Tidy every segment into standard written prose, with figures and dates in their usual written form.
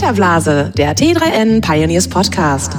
Filterblase, der T3N Pioneers Podcast.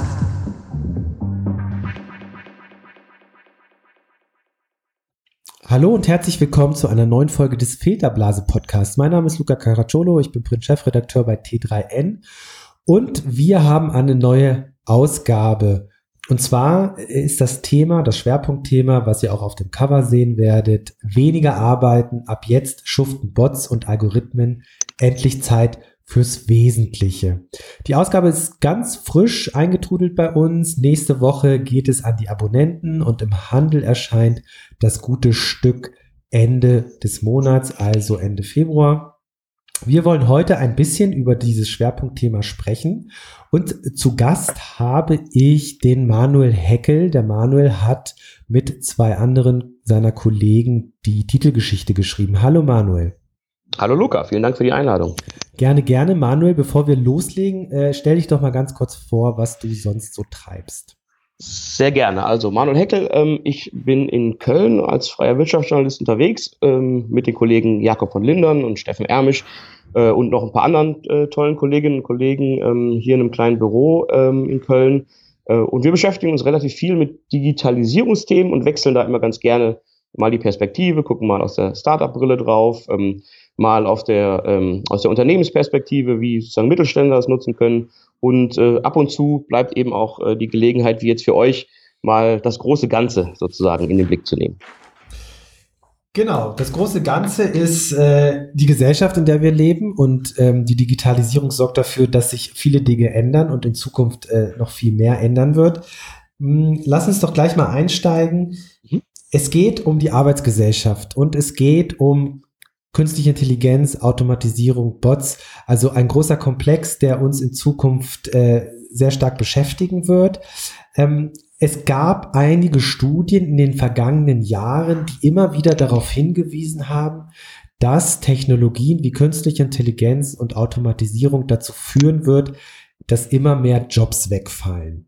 Hallo und herzlich willkommen zu einer neuen Folge des Filterblase Podcasts. Mein Name ist Luca Caracciolo, ich bin Print-Chefredakteur bei T3N und wir haben eine neue Ausgabe. Und zwar ist das Thema, das Schwerpunktthema, was ihr auch auf dem Cover sehen werdet, weniger arbeiten, ab jetzt schuften Bots und Algorithmen, endlich Zeit fürs Wesentliche. Die Ausgabe ist ganz frisch eingetrudelt bei uns. Nächste Woche geht es an die Abonnenten und im Handel erscheint das gute Stück Ende des Monats, also Ende Februar. Wir wollen heute ein bisschen über dieses Schwerpunktthema sprechen und zu Gast habe ich den Manuel Heckel. Der Manuel hat mit zwei anderen seiner Kollegen die Titelgeschichte geschrieben. Hallo Manuel. Hallo Luca, vielen Dank für die Einladung. Gerne, gerne. Manuel, bevor wir loslegen, stell dich doch mal ganz kurz vor, was du sonst so treibst. Sehr gerne. Also Manuel Heckel, ich bin in Köln als freier Wirtschaftsjournalist unterwegs mit den Kollegen Jakob von Lindern und Steffen Ermisch und noch ein paar anderen tollen Kolleginnen und Kollegen hier in einem kleinen Büro in Köln. Und wir beschäftigen uns relativ viel mit Digitalisierungsthemen und wechseln da immer ganz gerne mal die Perspektive, gucken mal aus der Startup-Brille drauf, mal aus der Unternehmensperspektive, wie sozusagen Mittelständler das nutzen können. Und ab und zu bleibt eben auch die Gelegenheit, wie jetzt für euch, mal das große Ganze sozusagen in den Blick zu nehmen. Genau, das große Ganze ist die Gesellschaft, in der wir leben, und die Digitalisierung sorgt dafür, dass sich viele Dinge ändern und in Zukunft noch viel mehr ändern wird. Lass uns doch gleich mal einsteigen. Es geht um die Arbeitsgesellschaft und es geht um künstliche Intelligenz, Automatisierung, Bots, also ein großer Komplex, der uns in Zukunft sehr stark beschäftigen wird. Es gab einige Studien in den vergangenen Jahren, die immer wieder darauf hingewiesen haben, dass Technologien wie künstliche Intelligenz und Automatisierung dazu führen wird, dass immer mehr Jobs wegfallen.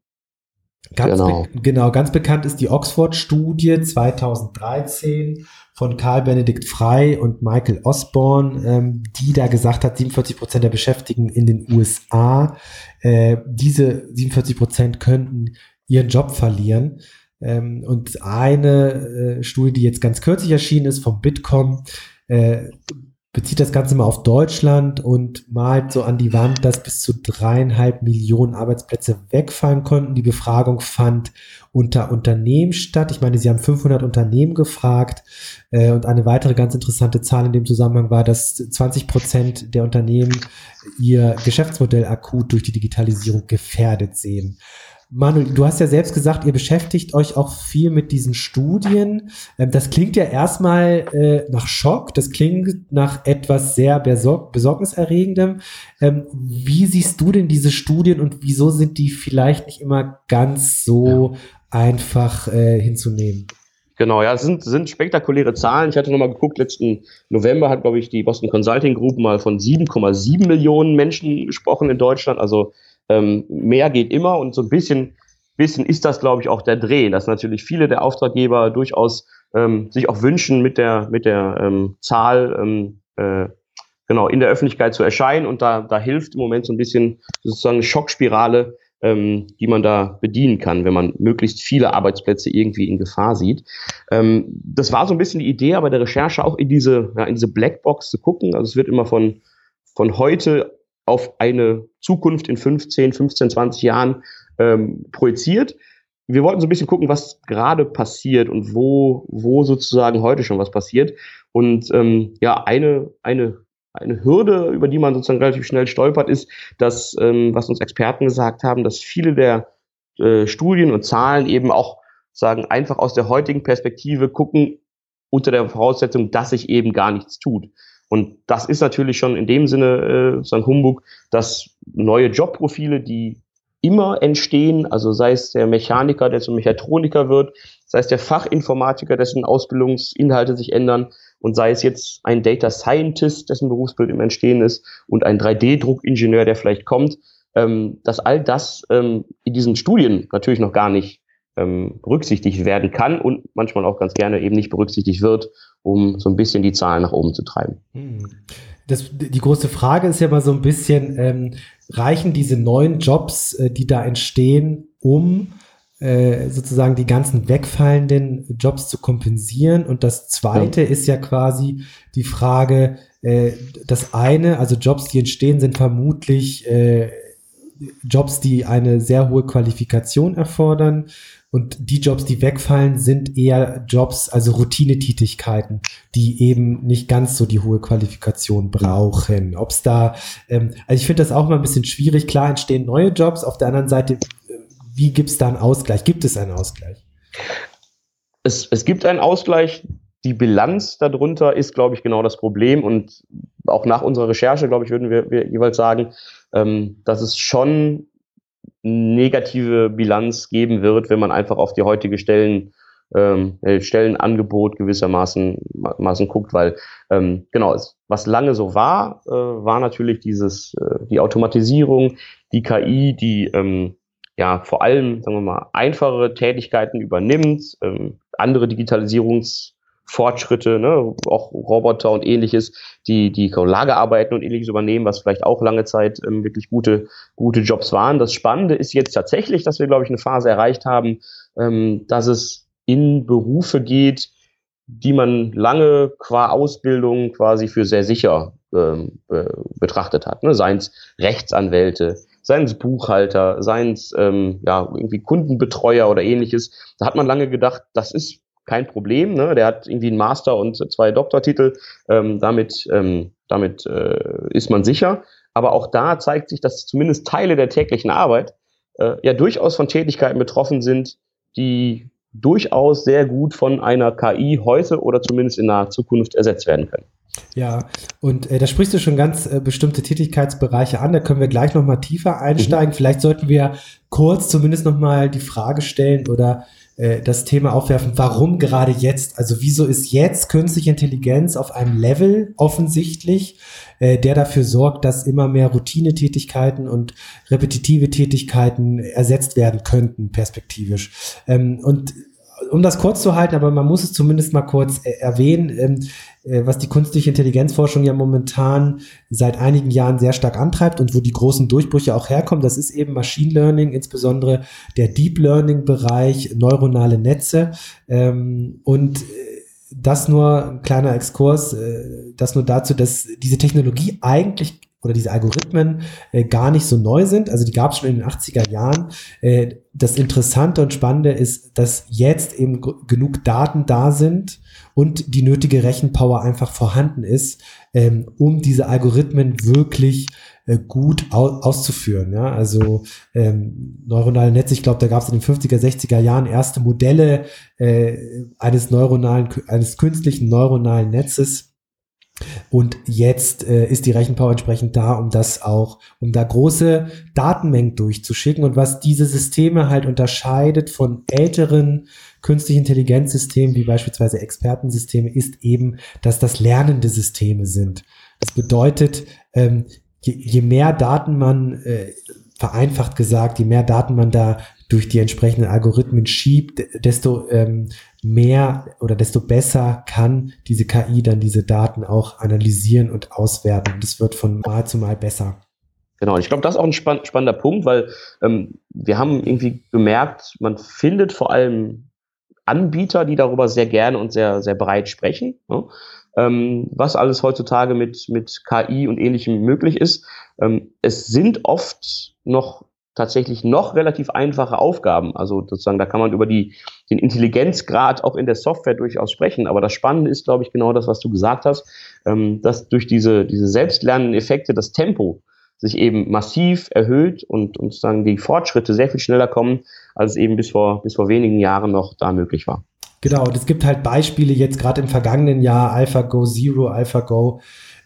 Ganz bekannt ist die Oxford-Studie 2013 von Karl Benedikt Frey und Michael Osborne, die da gesagt hat, 47% der Beschäftigten in den USA, diese 47% könnten ihren Job verlieren. Und eine Studie, die jetzt ganz kürzlich erschienen ist, vom Bitkom, bezieht das Ganze mal auf Deutschland und malt so an die Wand, dass bis zu 3,5 Millionen Arbeitsplätze wegfallen konnten. Die Befragung fand unter Unternehmen statt. Ich meine, sie haben 500 Unternehmen gefragt. Und eine weitere ganz interessante Zahl in dem Zusammenhang war, dass 20% der Unternehmen ihr Geschäftsmodell akut durch die Digitalisierung gefährdet sehen. Manuel, du hast ja selbst gesagt, ihr beschäftigt euch auch viel mit diesen Studien. Das klingt ja erstmal nach Schock, das klingt nach etwas sehr besorgniserregendem. Wie siehst du denn diese Studien und wieso sind die vielleicht nicht immer ganz so einfach hinzunehmen? Genau, ja, es sind spektakuläre Zahlen. Ich hatte nochmal geguckt, letzten November hat, glaube ich, die Boston Consulting Group mal von 7,7 Millionen Menschen gesprochen in Deutschland, also mehr geht immer und so ein bisschen ist das, glaube ich, auch der Dreh, dass natürlich viele der Auftraggeber durchaus sich auch wünschen, mit der Zahl genau in der Öffentlichkeit zu erscheinen, und da hilft im Moment so ein bisschen sozusagen eine Schockspirale, die man da bedienen kann, wenn man möglichst viele Arbeitsplätze irgendwie in Gefahr sieht. Das war so ein bisschen die Idee, aber der Recherche auch in diese Blackbox zu gucken. Also es wird immer von heute auf eine Zukunft in 15, 20 Jahren projiziert. Wir wollten so ein bisschen gucken, was gerade passiert und wo sozusagen heute schon was passiert. Und eine Hürde, über die man sozusagen relativ schnell stolpert, ist, dass, was uns Experten gesagt haben, dass viele der Studien und Zahlen eben auch sagen, einfach aus der heutigen Perspektive gucken, unter der Voraussetzung, dass sich eben gar nichts tut. Und das ist natürlich schon in dem Sinne sozusagen Humbug, dass neue Jobprofile, die immer entstehen, also sei es der Mechaniker, der zum Mechatroniker wird, sei es der Fachinformatiker, dessen Ausbildungsinhalte sich ändern, und sei es jetzt ein Data Scientist, dessen Berufsbild im Entstehen ist, und ein 3D-Druckingenieur, der vielleicht kommt, dass all das in diesen Studien natürlich noch gar nicht berücksichtigt werden kann und manchmal auch ganz gerne eben nicht berücksichtigt wird, um so ein bisschen die Zahlen nach oben zu treiben. Die große Frage ist ja mal so ein bisschen, reichen diese neuen Jobs, die da entstehen, um sozusagen die ganzen wegfallenden Jobs zu kompensieren? Und das Zweite ist ja quasi die Frage, das eine, also Jobs, die entstehen, sind vermutlich Jobs, die eine sehr hohe Qualifikation erfordern. Und die Jobs, die wegfallen, sind eher Jobs, also Routinetätigkeiten, die eben nicht ganz so die hohe Qualifikation brauchen. Ob es da, also ich finde das auch mal ein bisschen schwierig. Klar entstehen neue Jobs. Auf der anderen Seite, wie gibt es da einen Ausgleich? Gibt es einen Ausgleich? Es gibt einen Ausgleich. Die Bilanz darunter ist, glaube ich, genau das Problem. Und auch nach unserer Recherche, glaube ich, würden wir jeweils sagen, dass es schon negative Bilanz geben wird, wenn man einfach auf die heutige Stellenangebot gewissermaßen guckt, weil genau, was lange so war, war natürlich die Automatisierung, die KI, die vor allem, sagen wir mal, einfache Tätigkeiten übernimmt, andere Digitalisierungsfortschritte, ne, auch Roboter und ähnliches, die Lagerarbeiten und ähnliches übernehmen, was vielleicht auch lange Zeit wirklich gute Jobs waren. Das Spannende ist jetzt tatsächlich, dass wir, glaube ich, eine Phase erreicht haben, dass es in Berufe geht, die man lange qua Ausbildung quasi für sehr sicher betrachtet hat. Ne? Seien es Rechtsanwälte, seien es Buchhalter, seien es irgendwie Kundenbetreuer oder ähnliches. Da hat man lange gedacht, das ist kein Problem, ne? Der hat irgendwie einen Master und 2 Doktortitel, damit ist man sicher. Aber auch da zeigt sich, dass zumindest Teile der täglichen Arbeit durchaus von Tätigkeiten betroffen sind, die durchaus sehr gut von einer KI heute oder zumindest in naher Zukunft ersetzt werden können. Ja, und da sprichst du schon ganz bestimmte Tätigkeitsbereiche an, da können wir gleich nochmal tiefer einsteigen. Vielleicht sollten wir kurz zumindest nochmal die Frage stellen oder das Thema aufwerfen, warum gerade jetzt? Also wieso ist jetzt künstliche Intelligenz auf einem Level offensichtlich, der dafür sorgt, dass immer mehr Routinetätigkeiten und repetitive Tätigkeiten ersetzt werden könnten, perspektivisch. Und um das kurz zu halten, aber man muss es zumindest mal kurz erwähnen, was die künstliche Intelligenzforschung ja momentan seit einigen Jahren sehr stark antreibt und wo die großen Durchbrüche auch herkommen, das ist eben Machine Learning, insbesondere der Deep Learning Bereich, neuronale Netze. Und das nur ein kleiner Exkurs, das nur dazu, dass diese Technologie eigentlich oder diese Algorithmen gar nicht so neu sind. Also die gab es schon in den 80er Jahren. Das Interessante und Spannende ist, dass jetzt eben genug Daten da sind und die nötige Rechenpower einfach vorhanden ist, um diese Algorithmen wirklich gut auszuführen. Ja? Also neuronale Netze, ich glaube, da gab es in den 50er, 60er Jahren erste Modelle eines künstlichen neuronalen Netzes. Und jetzt ist die Rechenpower entsprechend da, um da große Datenmengen durchzuschicken. Und was diese Systeme halt unterscheidet von älteren künstlichen Intelligenzsystemen, wie beispielsweise Expertensysteme, ist eben, dass das lernende Systeme sind. Das bedeutet, je mehr Daten man, vereinfacht gesagt, je mehr Daten man da durch die entsprechenden Algorithmen schiebt, desto mehr oder desto besser kann diese KI dann diese Daten auch analysieren und auswerten. Das wird von Mal zu Mal besser. Genau, und ich glaube, das ist auch ein spannender Punkt, weil wir haben irgendwie gemerkt, man findet vor allem Anbieter, die darüber sehr gerne und sehr, sehr breit sprechen, ne? Was alles heutzutage mit KI und Ähnlichem möglich ist. Es sind oft tatsächlich noch relativ einfache Aufgaben. Also sozusagen, da kann man über den Intelligenzgrad auch in der Software durchaus sprechen. Aber das Spannende ist, glaube ich, genau das, was du gesagt hast, dass durch diese selbstlernenden Effekte das Tempo sich eben massiv erhöht und sozusagen die Fortschritte sehr viel schneller kommen, als es eben bis vor wenigen Jahren noch da möglich war. Genau, und es gibt halt Beispiele jetzt gerade im vergangenen Jahr, AlphaGo Zero, AlphaGo,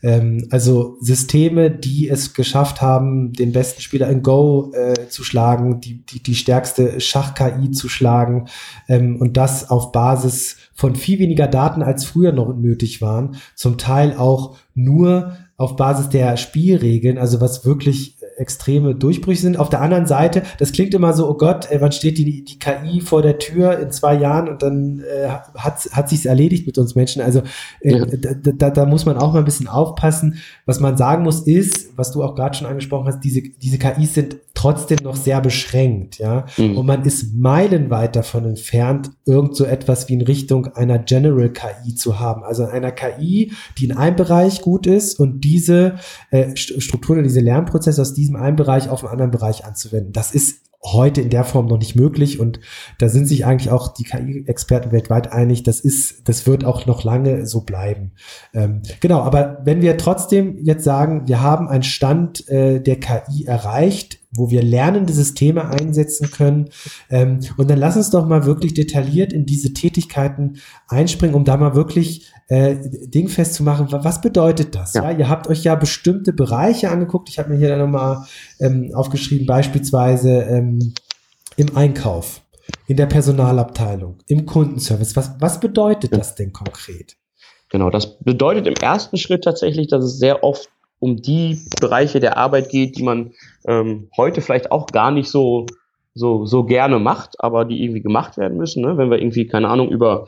also Systeme, die es geschafft haben, den besten Spieler in Go zu schlagen, die stärkste Schach-KI zu schlagen, und das auf Basis von viel weniger Daten, als früher noch nötig waren, zum Teil auch nur auf Basis der Spielregeln, also was wirklich extreme Durchbrüche sind. Auf der anderen Seite, das klingt immer so, oh Gott, wann steht die KI vor der Tür in 2 Jahren und dann hat sich's erledigt mit uns Menschen. Also da muss man auch mal ein bisschen aufpassen. Was man sagen muss ist, was du auch gerade schon angesprochen hast, diese KIs sind trotzdem noch sehr beschränkt, ja. Und man ist meilenweit davon entfernt, irgend so etwas wie in Richtung einer General KI zu haben. Also einer KI, die in einem Bereich gut ist und diese Strukturen, diese Lernprozesse aus diesem einen Bereich auf einen anderen Bereich anzuwenden. Das ist heute in der Form noch nicht möglich und da sind sich eigentlich auch die KI-Experten weltweit einig, das wird auch noch lange so bleiben. Genau, aber wenn wir trotzdem jetzt sagen, wir haben einen Stand der KI erreicht, wo wir lernende Systeme einsetzen können. Und dann lass uns doch mal wirklich detailliert in diese Tätigkeiten einspringen, um da mal wirklich dingfest zu machen. Was bedeutet das? Ja, ihr habt euch ja bestimmte Bereiche angeguckt. Ich habe mir hier dann nochmal aufgeschrieben, beispielsweise im Einkauf, in der Personalabteilung, im Kundenservice. Was bedeutet das denn konkret? Genau, das bedeutet im ersten Schritt tatsächlich, dass es sehr oft um die Bereiche der Arbeit geht, die man heute vielleicht auch gar nicht so gerne macht, aber die irgendwie gemacht werden müssen. Ne? Wenn wir irgendwie, keine Ahnung, über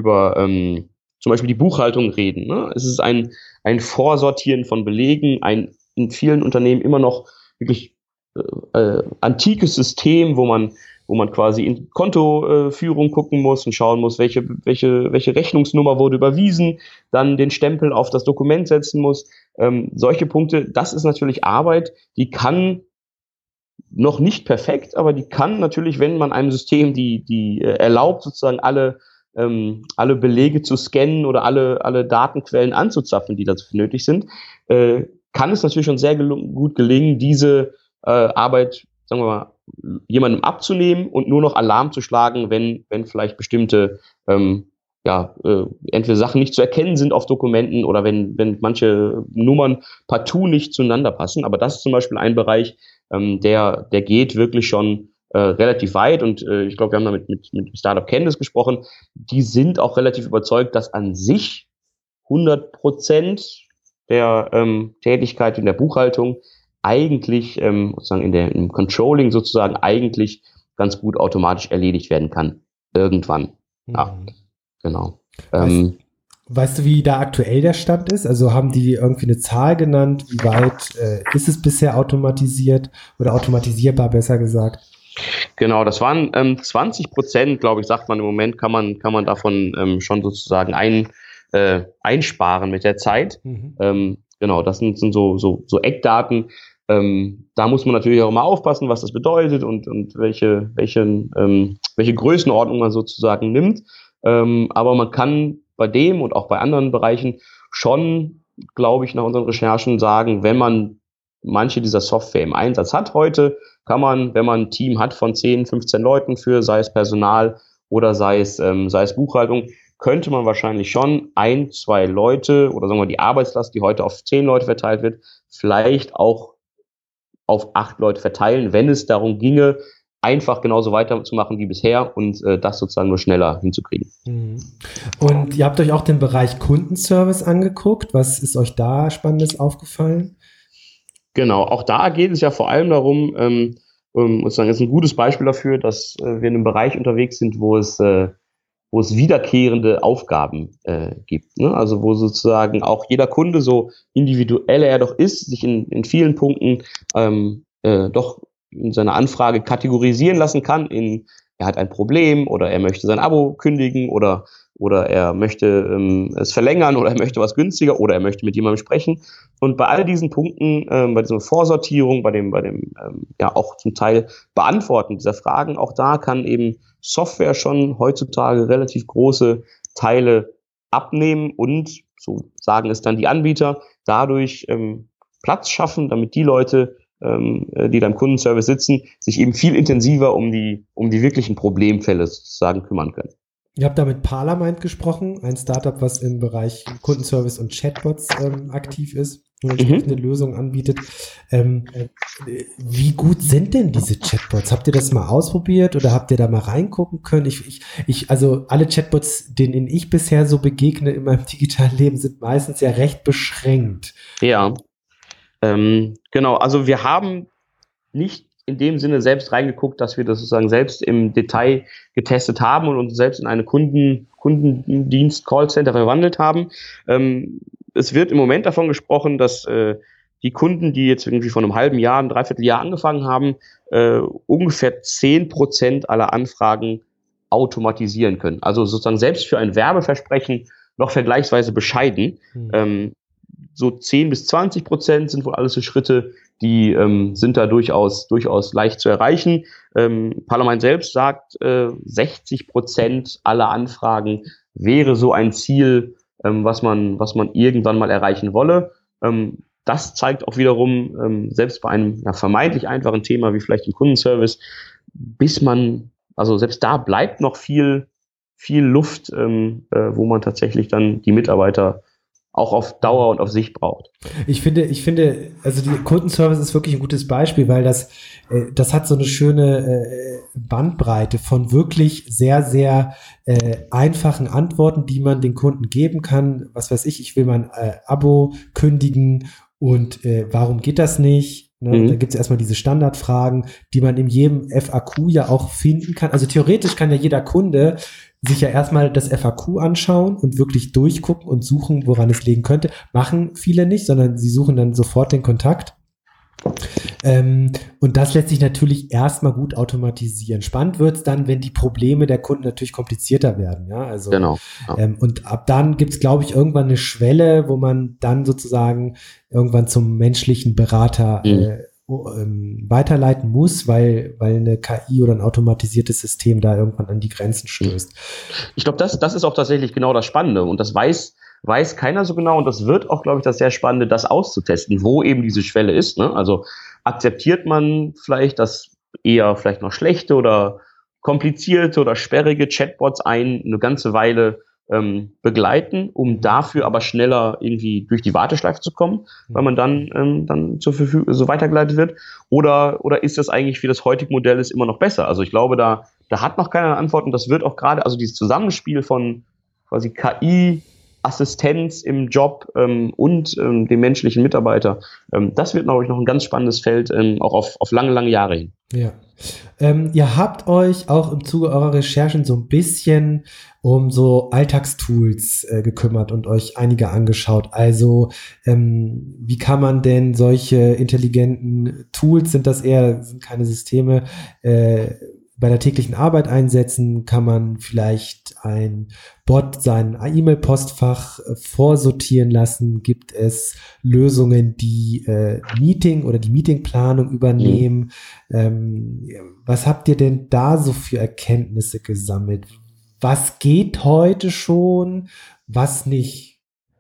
zum Beispiel die Buchhaltung reden. Ne? Es ist ein Vorsortieren von Belegen, ein in vielen Unternehmen immer noch wirklich antikes System, wo man quasi in Kontoführung gucken muss und schauen muss, welche Rechnungsnummer wurde überwiesen, dann den Stempel auf das Dokument setzen muss. Solche Punkte, das ist natürlich Arbeit, die kann noch nicht perfekt, aber die kann natürlich, wenn man einem System die erlaubt, sozusagen alle Belege zu scannen oder alle Datenquellen anzuzapfen, die dazu nötig sind, kann es natürlich schon sehr gut gelingen, diese Arbeit, sagen wir mal, jemandem abzunehmen und nur noch Alarm zu schlagen, wenn vielleicht bestimmte entweder Sachen nicht zu erkennen sind auf Dokumenten oder wenn manche Nummern partout nicht zueinander passen. Aber das ist zum Beispiel ein Bereich, der geht wirklich schon relativ weit und ich glaube, wir haben da mit Startup Candice gesprochen. Die sind auch relativ überzeugt, dass an sich 100% der Tätigkeit in der Buchhaltung eigentlich sozusagen im Controlling sozusagen eigentlich ganz gut automatisch erledigt werden kann. Irgendwann. Ja, genau. Weißt du, wie da aktuell der Stand ist? Also haben die irgendwie eine Zahl genannt? Wie weit ist es bisher automatisiert oder automatisierbar, besser gesagt? Genau, das waren 20%, glaube ich, sagt man im Moment, kann man davon schon sozusagen einsparen mit der Zeit. Genau, das sind so Eckdaten. Da muss man natürlich auch immer aufpassen, was das bedeutet und welche Größenordnung man sozusagen nimmt. Aber man kann bei dem und auch bei anderen Bereichen schon, glaube ich, nach unseren Recherchen sagen, wenn man manche dieser Software im Einsatz hat heute, kann man, wenn man ein Team hat von 10, 15 Leuten sei es Personal oder sei es Buchhaltung, könnte man wahrscheinlich schon 1, 2 Leute oder sagen wir die Arbeitslast, die heute auf 10 Leute verteilt wird, vielleicht auch auf 8 Leute verteilen, wenn es darum ginge, einfach genauso weiterzumachen wie bisher und das sozusagen nur schneller hinzukriegen. Und ihr habt euch auch den Bereich Kundenservice angeguckt. Was ist euch da Spannendes aufgefallen? Genau, auch da geht es ja vor allem darum, sozusagen ist ein gutes Beispiel dafür, dass wir in einem Bereich unterwegs sind, wo es wiederkehrende Aufgaben gibt. Ne? Also wo sozusagen auch jeder Kunde, so individuell er doch ist, sich in vielen Punkten doch in seiner Anfrage kategorisieren lassen kann er hat ein Problem oder er möchte sein Abo kündigen oder er möchte es verlängern oder er möchte was günstiger oder er möchte mit jemandem sprechen. Und bei all diesen Punkten, bei dieser Vorsortierung, bei dem auch zum Teil Beantworten dieser Fragen, auch da kann eben Software schon heutzutage relativ große Teile abnehmen und, so sagen es dann die Anbieter, dadurch Platz schaffen, damit die Leute, die da im Kundenservice sitzen, sich eben viel intensiver um die wirklichen Problemfälle sozusagen kümmern können. Ihr habt da mit Parlamind gesprochen, ein Startup, was im Bereich Kundenservice und Chatbots aktiv ist und entsprechende Lösungen anbietet. Wie gut sind denn diese Chatbots? Habt ihr das mal ausprobiert oder habt ihr da mal reingucken können? Also alle Chatbots, denen ich bisher so begegne in meinem digitalen Leben, sind meistens ja recht beschränkt. Ja. Genau, also wir haben nicht in dem Sinne selbst reingeguckt, dass wir das sozusagen selbst im Detail getestet haben und uns selbst in eine Kundendienst-Callcenter verwandelt haben. Es wird im Moment davon gesprochen, dass die Kunden, die jetzt irgendwie vor einem halben Jahr, ein Dreivierteljahr angefangen haben, ungefähr 10% aller Anfragen automatisieren können. Also sozusagen selbst für ein Werbeversprechen noch vergleichsweise bescheiden. So 10-20% sind wohl alles so Schritte, die sind da durchaus leicht zu erreichen. Parlament selbst sagt, 60% aller Anfragen wäre so ein Ziel, was man irgendwann mal erreichen wolle. Das zeigt auch wiederum, selbst bei einem vermeintlich einfachen Thema wie vielleicht im Kundenservice, also selbst da bleibt noch viel Luft, wo man tatsächlich dann die Mitarbeiter auch auf Dauer und auf Sicht braucht. Ich finde, also die Kundenservice ist wirklich ein gutes Beispiel, weil das hat so eine schöne Bandbreite von wirklich sehr, sehr einfachen Antworten, die man den Kunden geben kann. Was weiß ich will mein Abo kündigen und warum geht das nicht? Ne? Da gibt es erstmal diese Standardfragen, die man in jedem FAQ ja auch finden kann. Also theoretisch kann ja jeder Kunde sich ja erstmal das FAQ anschauen und wirklich durchgucken und suchen, woran es liegen könnte. Machen viele nicht, sondern sie suchen dann sofort den Kontakt. Und das lässt sich natürlich erstmal gut automatisieren. Spannend wird es dann, wenn die Probleme der Kunden natürlich komplizierter werden. Ja, also, genau. Ja. Und ab dann gibt es, glaube ich, irgendwann eine Schwelle, wo man dann sozusagen irgendwann zum menschlichen Berater weiterleiten muss, weil eine KI oder ein automatisiertes System da irgendwann an die Grenzen stößt. Ich glaube, das ist auch tatsächlich genau das Spannende und das weiß keiner so genau und das wird auch, glaube ich, das sehr Spannende, das auszutesten, wo eben diese Schwelle ist. Ne? Also akzeptiert man vielleicht, dass eher vielleicht noch schlechte oder komplizierte oder sperrige Chatbots eine ganze Weile begleiten, um dafür aber schneller irgendwie durch die Warteschleife zu kommen, weil man dann zur Verfügung so weitergeleitet wird. Oder ist das eigentlich, wie das heutige Modell ist, immer noch besser? Also ich glaube, da hat noch keiner eine Antwort und das wird auch gerade, also dieses Zusammenspiel von quasi KI, Assistenz im Job und dem menschlichen Mitarbeiter, das wird, glaube ich, noch ein ganz spannendes Feld, auch auf lange, lange Jahre hin. Ja. Ihr habt euch auch im Zuge eurer Recherchen so ein bisschen um so Alltagstools gekümmert und euch einige angeschaut. Also wie kann man denn solche intelligenten Tools, sind keine Systeme, bei der täglichen Arbeit einsetzen? Kann man vielleicht ein Bot sein E-Mail-Postfach vorsortieren lassen? Gibt es Lösungen, die Meeting oder die Meetingplanung übernehmen? Was habt ihr denn da so für Erkenntnisse gesammelt? Was geht heute schon, was nicht?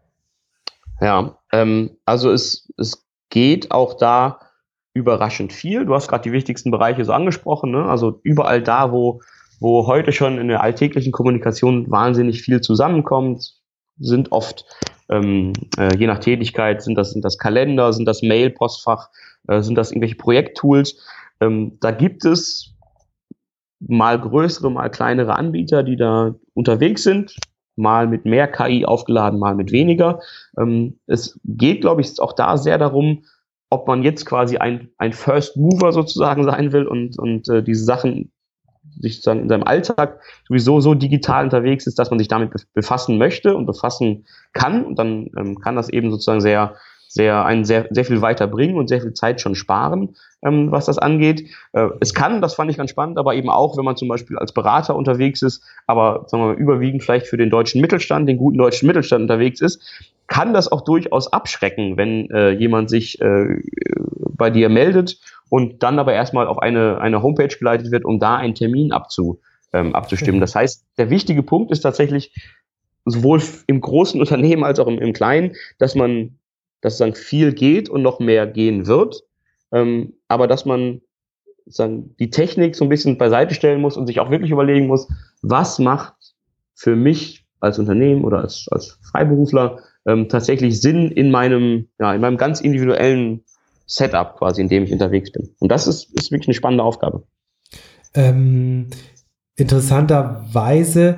Ja, also es geht auch da überraschend viel. Du hast gerade die wichtigsten Bereiche so angesprochen, ne? Also überall da, wo heute schon in der alltäglichen Kommunikation wahnsinnig viel zusammenkommt, sind oft, je nach Tätigkeit, sind das Kalender, sind das Mail, Postfach, sind das irgendwelche Projekttools. Da gibt es mal größere, mal kleinere Anbieter, die da unterwegs sind, mal mit mehr KI aufgeladen, mal mit weniger. Es geht, glaube ich, auch da sehr darum, ob man jetzt quasi ein First Mover sozusagen sein will und diese Sachen sich sozusagen in seinem Alltag sowieso so digital unterwegs ist, dass man sich damit befassen möchte und befassen kann. Und dann kann das eben sozusagen sehr viel weiterbringen und sehr viel Zeit schon sparen, was das angeht. Es kann, das fand ich ganz spannend, aber eben auch, wenn man zum Beispiel als Berater unterwegs ist, aber sagen wir mal, überwiegend vielleicht für den deutschen Mittelstand, den guten deutschen Mittelstand unterwegs ist, kann das auch durchaus abschrecken, wenn jemand sich bei dir meldet und dann aber erstmal auf eine Homepage geleitet wird, um da einen Termin abzustimmen. Das heißt, der wichtige Punkt ist tatsächlich, sowohl im großen Unternehmen als auch im kleinen, dass sozusagen viel geht und noch mehr gehen wird, aber dass man sozusagen die Technik so ein bisschen beiseite stellen muss und sich auch wirklich überlegen muss, was macht für mich als Unternehmen oder als Freiberufler tatsächlich Sinn in meinem ganz individuellen Setup quasi, in dem ich unterwegs bin. Und das ist wirklich eine spannende Aufgabe. Interessanterweise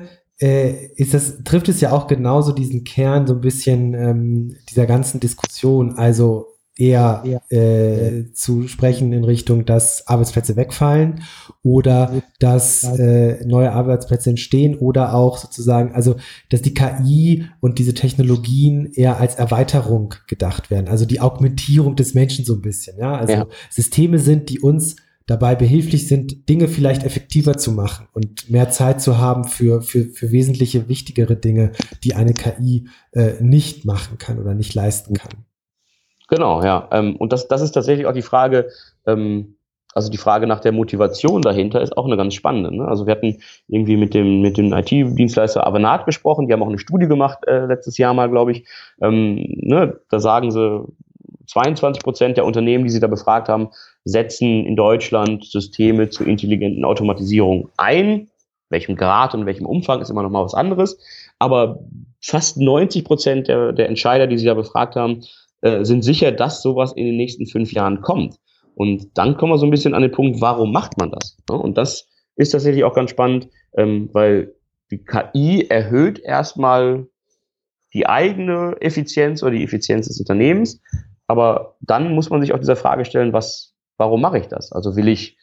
trifft es ja auch genauso diesen Kern so ein bisschen dieser ganzen Diskussion. Also eher zu sprechen in Richtung, dass Arbeitsplätze wegfallen oder dass neue Arbeitsplätze entstehen oder auch sozusagen, also dass die KI und diese Technologien eher als Erweiterung gedacht werden, also die Augmentierung des Menschen so ein bisschen, ja, also Systeme sind, die uns dabei behilflich sind, Dinge vielleicht effektiver zu machen und mehr Zeit zu haben für wesentliche, wichtigere Dinge, die eine KI nicht machen kann oder nicht leisten kann. Genau, ja. Und das ist tatsächlich auch die Frage, also die Frage nach der Motivation dahinter ist auch eine ganz spannende. Ne? Also wir hatten irgendwie mit dem IT-Dienstleister Avanade gesprochen, die haben auch eine Studie gemacht letztes Jahr mal, glaube ich. Da sagen sie, 22% der Unternehmen, die sie da befragt haben, setzen in Deutschland Systeme zur intelligenten Automatisierung ein. Welchem Grad und welchem Umfang ist immer noch mal was anderes. Aber fast 90% der Entscheider, die sie da befragt haben, sind sicher, dass sowas in den nächsten 5 Jahren kommt. Und dann kommen wir so ein bisschen an den Punkt, warum macht man das? Und das ist tatsächlich auch ganz spannend, weil die KI erhöht erstmal die eigene Effizienz oder die Effizienz des Unternehmens. Aber dann muss man sich auch dieser Frage stellen, warum mache ich das? Also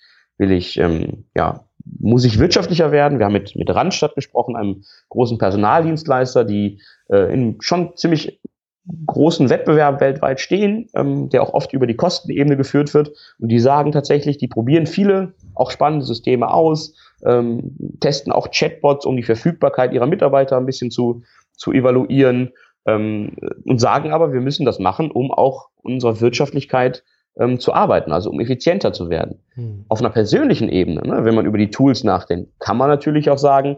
muss ich wirtschaftlicher werden? Wir haben mit Randstad gesprochen, einem großen Personaldienstleister, die in schon ziemlich großen Wettbewerb weltweit stehen, der auch oft über die Kostenebene geführt wird. Und die sagen tatsächlich, die probieren viele auch spannende Systeme aus, testen auch Chatbots, um die Verfügbarkeit ihrer Mitarbeiter ein bisschen zu evaluieren, und sagen aber, wir müssen das machen, um auch unserer Wirtschaftlichkeit zu arbeiten, also um effizienter zu werden. Auf einer persönlichen Ebene, ne, wenn man über die Tools nachdenkt, kann man natürlich auch sagen,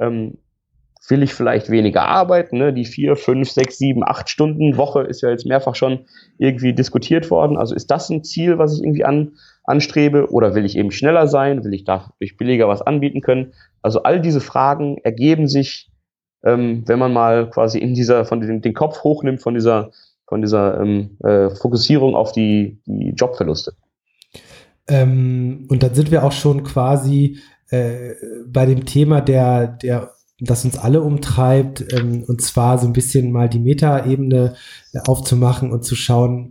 will ich vielleicht weniger arbeiten, ne? Die 4, 5, 6, 7, 8 Stunden Woche ist ja jetzt mehrfach schon irgendwie diskutiert worden. Also ist das ein Ziel, was ich irgendwie anstrebe? Oder will ich eben schneller sein? Will ich dadurch billiger was anbieten können? Also all diese Fragen ergeben sich, wenn man mal quasi den Kopf hochnimmt von dieser Fokussierung auf die Jobverluste. Und dann sind wir auch schon quasi bei dem Thema, das uns alle umtreibt, und zwar so ein bisschen mal die Metaebene aufzumachen und zu schauen,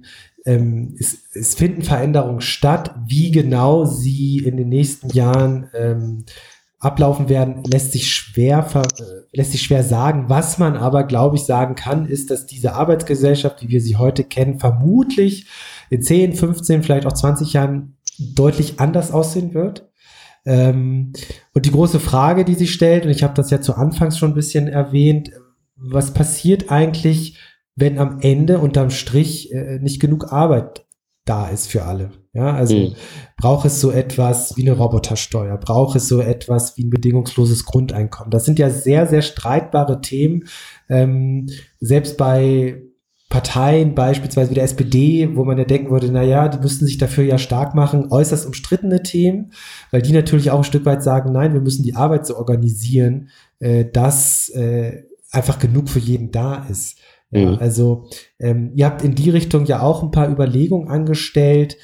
es finden Veränderungen statt. Wie genau sie in den nächsten Jahren ablaufen werden, lässt sich schwer sagen. Was man aber, glaube ich, sagen kann, ist, dass diese Arbeitsgesellschaft, wie wir sie heute kennen, vermutlich in 10, 15, vielleicht auch 20 Jahren deutlich anders aussehen wird. Und die große Frage, die sich stellt, und ich habe das ja zu Anfangs schon ein bisschen erwähnt, was passiert eigentlich, wenn am Ende unterm Strich nicht genug Arbeit da ist für alle? Ja, also braucht es so etwas wie eine Robotersteuer, braucht es so etwas wie ein bedingungsloses Grundeinkommen? Das sind ja sehr, sehr streitbare Themen, selbst bei Parteien, beispielsweise wie der SPD, wo man ja denken würde, naja, die müssten sich dafür ja stark machen, äußerst umstrittene Themen, weil die natürlich auch ein Stück weit sagen, nein, wir müssen die Arbeit so organisieren, dass einfach genug für jeden da ist. Ja, also ihr habt in die Richtung ja auch ein paar Überlegungen angestellt.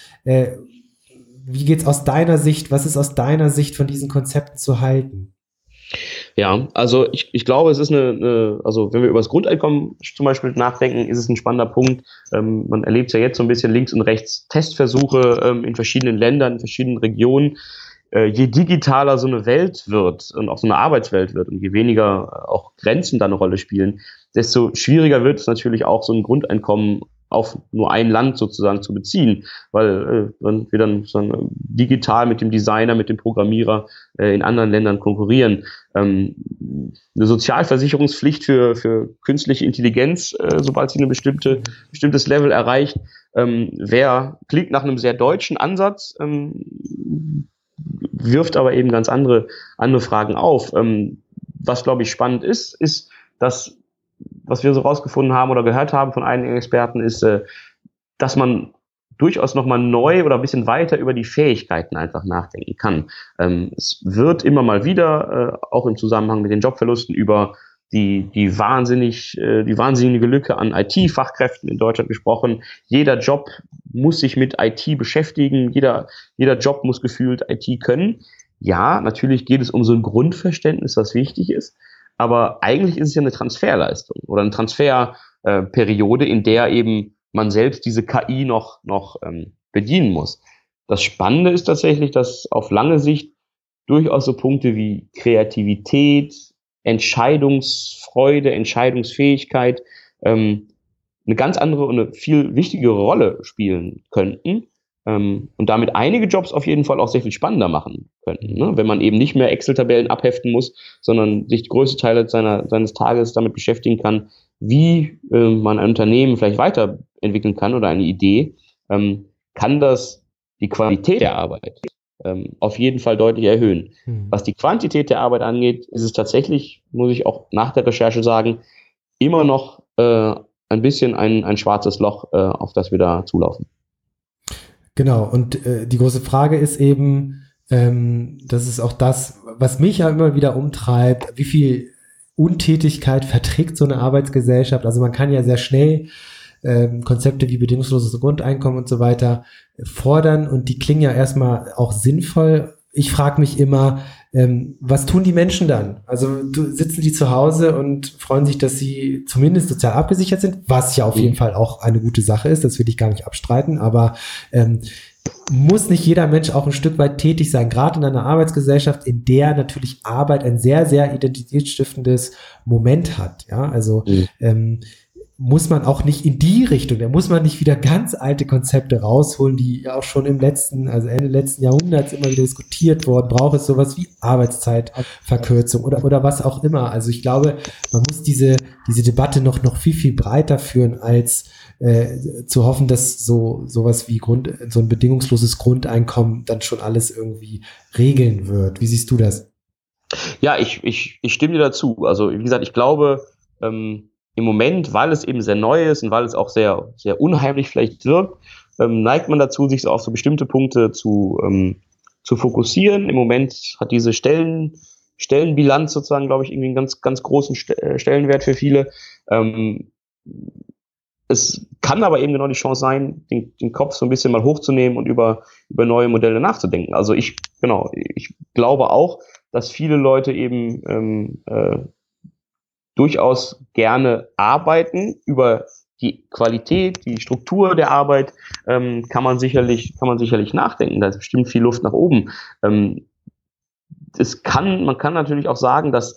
Wie geht's aus deiner Sicht? Was ist aus deiner Sicht von diesen Konzepten zu halten? Ja, also ich glaube, es ist also wenn wir über das Grundeinkommen zum Beispiel nachdenken, ist es ein spannender Punkt. Man erlebt ja jetzt so ein bisschen links und rechts Testversuche in verschiedenen Ländern, in verschiedenen Regionen. Je digitaler so eine Welt wird und auch so eine Arbeitswelt wird und je weniger auch Grenzen da eine Rolle spielen, desto schwieriger wird es natürlich auch, so ein Grundeinkommen auf nur ein Land sozusagen zu beziehen, weil wir dann digital mit dem Designer, mit dem Programmierer in anderen Ländern konkurrieren. Eine Sozialversicherungspflicht für künstliche Intelligenz, sobald sie ein bestimmtes Level erreicht, klingt nach einem sehr deutschen Ansatz, wirft aber eben ganz andere Fragen auf. Was, glaube ich, spannend ist, dass, was wir so rausgefunden haben oder gehört haben von einigen Experten, ist, dass man durchaus nochmal neu oder ein bisschen weiter über die Fähigkeiten einfach nachdenken kann. Es wird immer mal wieder, auch im Zusammenhang mit den Jobverlusten, über die wahnsinnige Lücke an IT-Fachkräften in Deutschland gesprochen. Jeder Job muss sich mit IT beschäftigen, jeder Job muss gefühlt IT können. Ja, natürlich geht es um so ein Grundverständnis, was wichtig ist, aber eigentlich ist es ja eine Transferleistung oder eine Transferperiode, in der eben man selbst diese KI noch bedienen muss. Das Spannende ist tatsächlich, dass auf lange Sicht durchaus so Punkte wie Kreativität, Entscheidungsfreude, Entscheidungsfähigkeit eine ganz andere und eine viel wichtigere Rolle spielen könnten und damit einige Jobs auf jeden Fall auch sehr viel spannender machen könnten, ne? Wenn man eben nicht mehr Excel-Tabellen abheften muss, sondern sich größte Teile seines Tages damit beschäftigen kann, wie man ein Unternehmen vielleicht weiterentwickeln kann oder eine Idee, kann das die Qualität der Arbeit auf jeden Fall deutlich erhöhen. Was die Quantität der Arbeit angeht, ist es tatsächlich, muss ich auch nach der Recherche sagen, immer noch ein bisschen ein schwarzes Loch, auf das wir da zulaufen. Genau, und die große Frage ist eben, das ist auch das, was mich ja immer wieder umtreibt, wie viel Untätigkeit verträgt so eine Arbeitsgesellschaft. Also man kann ja sehr schnell Konzepte wie bedingungsloses Grundeinkommen und so weiter fordern und die klingen ja erstmal auch sinnvoll. Ich frage mich immer, was tun die Menschen dann? Also sitzen die zu Hause und freuen sich, dass sie zumindest sozial abgesichert sind, was ja auf jeden Fall auch eine gute Sache ist, das will ich gar nicht abstreiten, aber muss nicht jeder Mensch auch ein Stück weit tätig sein, gerade in einer Arbeitsgesellschaft, in der natürlich Arbeit ein sehr, sehr identitätsstiftendes Moment hat. Ja, also muss man auch nicht in die Richtung, da muss man nicht wieder ganz alte Konzepte rausholen, die ja auch schon Ende letzten Jahrhunderts immer wieder diskutiert wurden. Braucht es sowas wie Arbeitszeitverkürzung oder was auch immer. Also ich glaube, man muss diese Debatte noch viel, viel breiter führen, als zu hoffen, dass sowas wie so ein bedingungsloses Grundeinkommen dann schon alles irgendwie regeln wird. Wie siehst du das? Ja, ich stimme dir dazu. Also wie gesagt, ich glaube, im Moment, weil es eben sehr neu ist und weil es auch sehr, sehr unheimlich vielleicht wirkt, neigt man dazu, sich so auf so bestimmte Punkte zu fokussieren. Im Moment hat diese Stellenbilanz sozusagen, glaube ich, irgendwie einen ganz, ganz großen Stellenwert für viele. Es kann aber eben genau die Chance sein, den Kopf so ein bisschen mal hochzunehmen und über neue Modelle nachzudenken. Also ich glaube auch, dass viele Leute eben durchaus gerne arbeiten. Über die Qualität, die Struktur der Arbeit kann man sicherlich nachdenken. Da ist bestimmt viel Luft nach oben. Man kann natürlich auch sagen, dass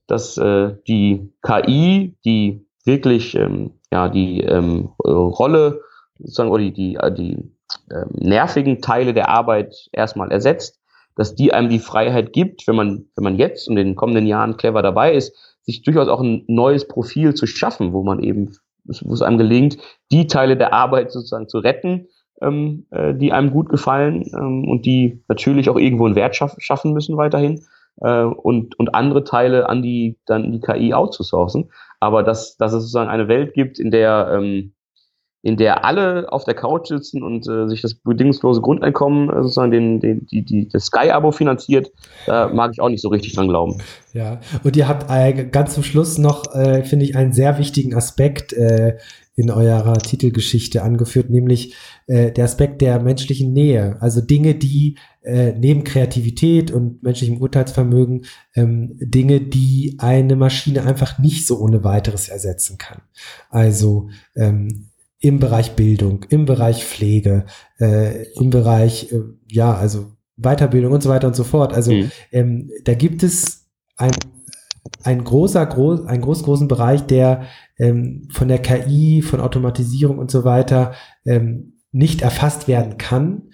die KI, die wirklich die Rolle sozusagen oder die nervigen Teile der Arbeit erstmal ersetzt, dass die einem die Freiheit gibt, wenn man jetzt in den kommenden Jahren clever dabei ist, sich durchaus auch ein neues Profil zu schaffen, wo es einem gelingt, die Teile der Arbeit sozusagen zu retten, die einem gut gefallen und die natürlich auch irgendwo einen Wert schaffen müssen weiterhin und andere Teile an die KI outzusourcen. Aber dass es sozusagen eine Welt gibt, in der alle auf der Couch sitzen und sich das bedingungslose Grundeinkommen sozusagen das Sky-Abo finanziert, da mag ich auch nicht so richtig dran glauben. Ja, und ihr habt ganz zum Schluss noch, finde ich, einen sehr wichtigen Aspekt in eurer Titelgeschichte angeführt, nämlich der Aspekt der menschlichen Nähe. Also Dinge, die neben Kreativität und menschlichem Urteilsvermögen, Dinge, die eine Maschine einfach nicht so ohne weiteres ersetzen kann. Also im Bereich Bildung, im Bereich Pflege, im Bereich, also Weiterbildung und so weiter und so fort. Also da gibt es einen großen Bereich, der von der KI, von Automatisierung und so weiter nicht erfasst werden kann,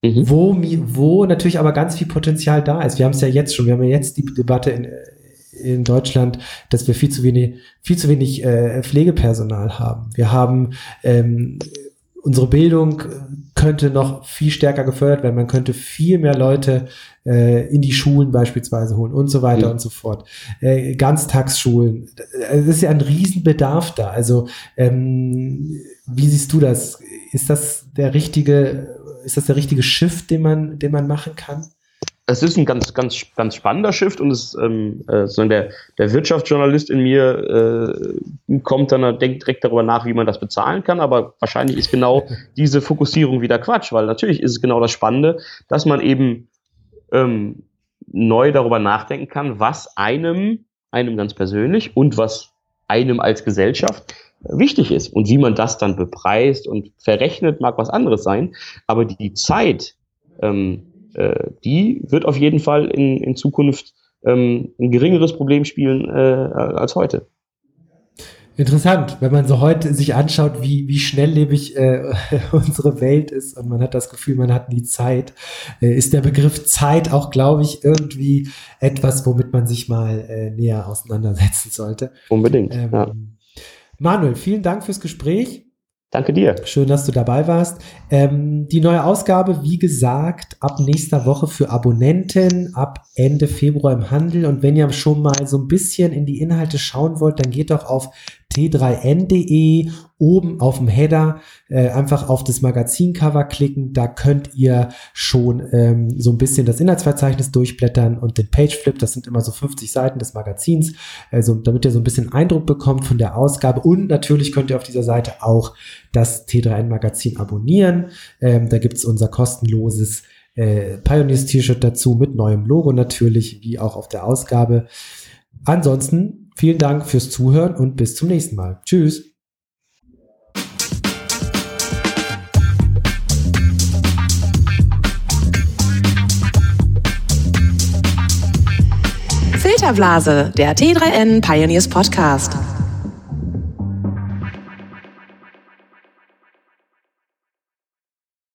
wo natürlich aber ganz viel Potenzial da ist. Wir haben es ja jetzt schon, wir haben ja jetzt die Debatte in Deutschland, dass wir viel zu wenig Pflegepersonal haben. Wir haben unsere Bildung könnte noch viel stärker gefördert werden. Man könnte viel mehr Leute in die Schulen beispielsweise holen und so weiter und so fort. Ganztagsschulen. Es ist ja ein Riesenbedarf da. Also wie siehst du das? Ist das der richtige Shift, den man machen kann? Es ist ein ganz, ganz, ganz spannender Shift und der Wirtschaftsjournalist in mir kommt dann, denkt direkt darüber nach, wie man das bezahlen kann, aber wahrscheinlich ist genau diese Fokussierung wieder Quatsch, weil natürlich ist es genau das Spannende, dass man eben neu darüber nachdenken kann, was einem ganz persönlich und was einem als Gesellschaft wichtig ist. Und wie man das dann bepreist und verrechnet, mag was anderes sein. Aber die Zeit, die wird auf jeden Fall in Zukunft ein geringeres Problem spielen als heute. Interessant, wenn man so heute sich anschaut, wie schnelllebig unsere Welt ist und man hat das Gefühl, man hat nie Zeit, ist der Begriff Zeit auch, glaube ich, irgendwie etwas, womit man sich mal näher auseinandersetzen sollte. Unbedingt, ja. Manuel, vielen Dank fürs Gespräch. Danke dir. Schön, dass du dabei warst. Die neue Ausgabe, wie gesagt, ab nächster Woche für Abonnenten, ab Ende Februar im Handel. Und wenn ihr schon mal so ein bisschen in die Inhalte schauen wollt, dann geht doch auf t3n.de, oben auf dem Header einfach auf das Magazincover klicken. Da könnt ihr schon so ein bisschen das Inhaltsverzeichnis durchblättern und den Pageflip, das sind immer so 50 Seiten des Magazins, also damit ihr so ein bisschen Eindruck bekommt von der Ausgabe. Und natürlich könnt ihr auf dieser Seite auch das T3N-Magazin abonnieren. Da gibt's unser kostenloses Pioneers-T-Shirt dazu mit neuem Logo natürlich, wie auch auf der Ausgabe. Ansonsten vielen Dank fürs Zuhören und bis zum nächsten Mal. Tschüss. Filterblase, der T3N Pioneers Podcast.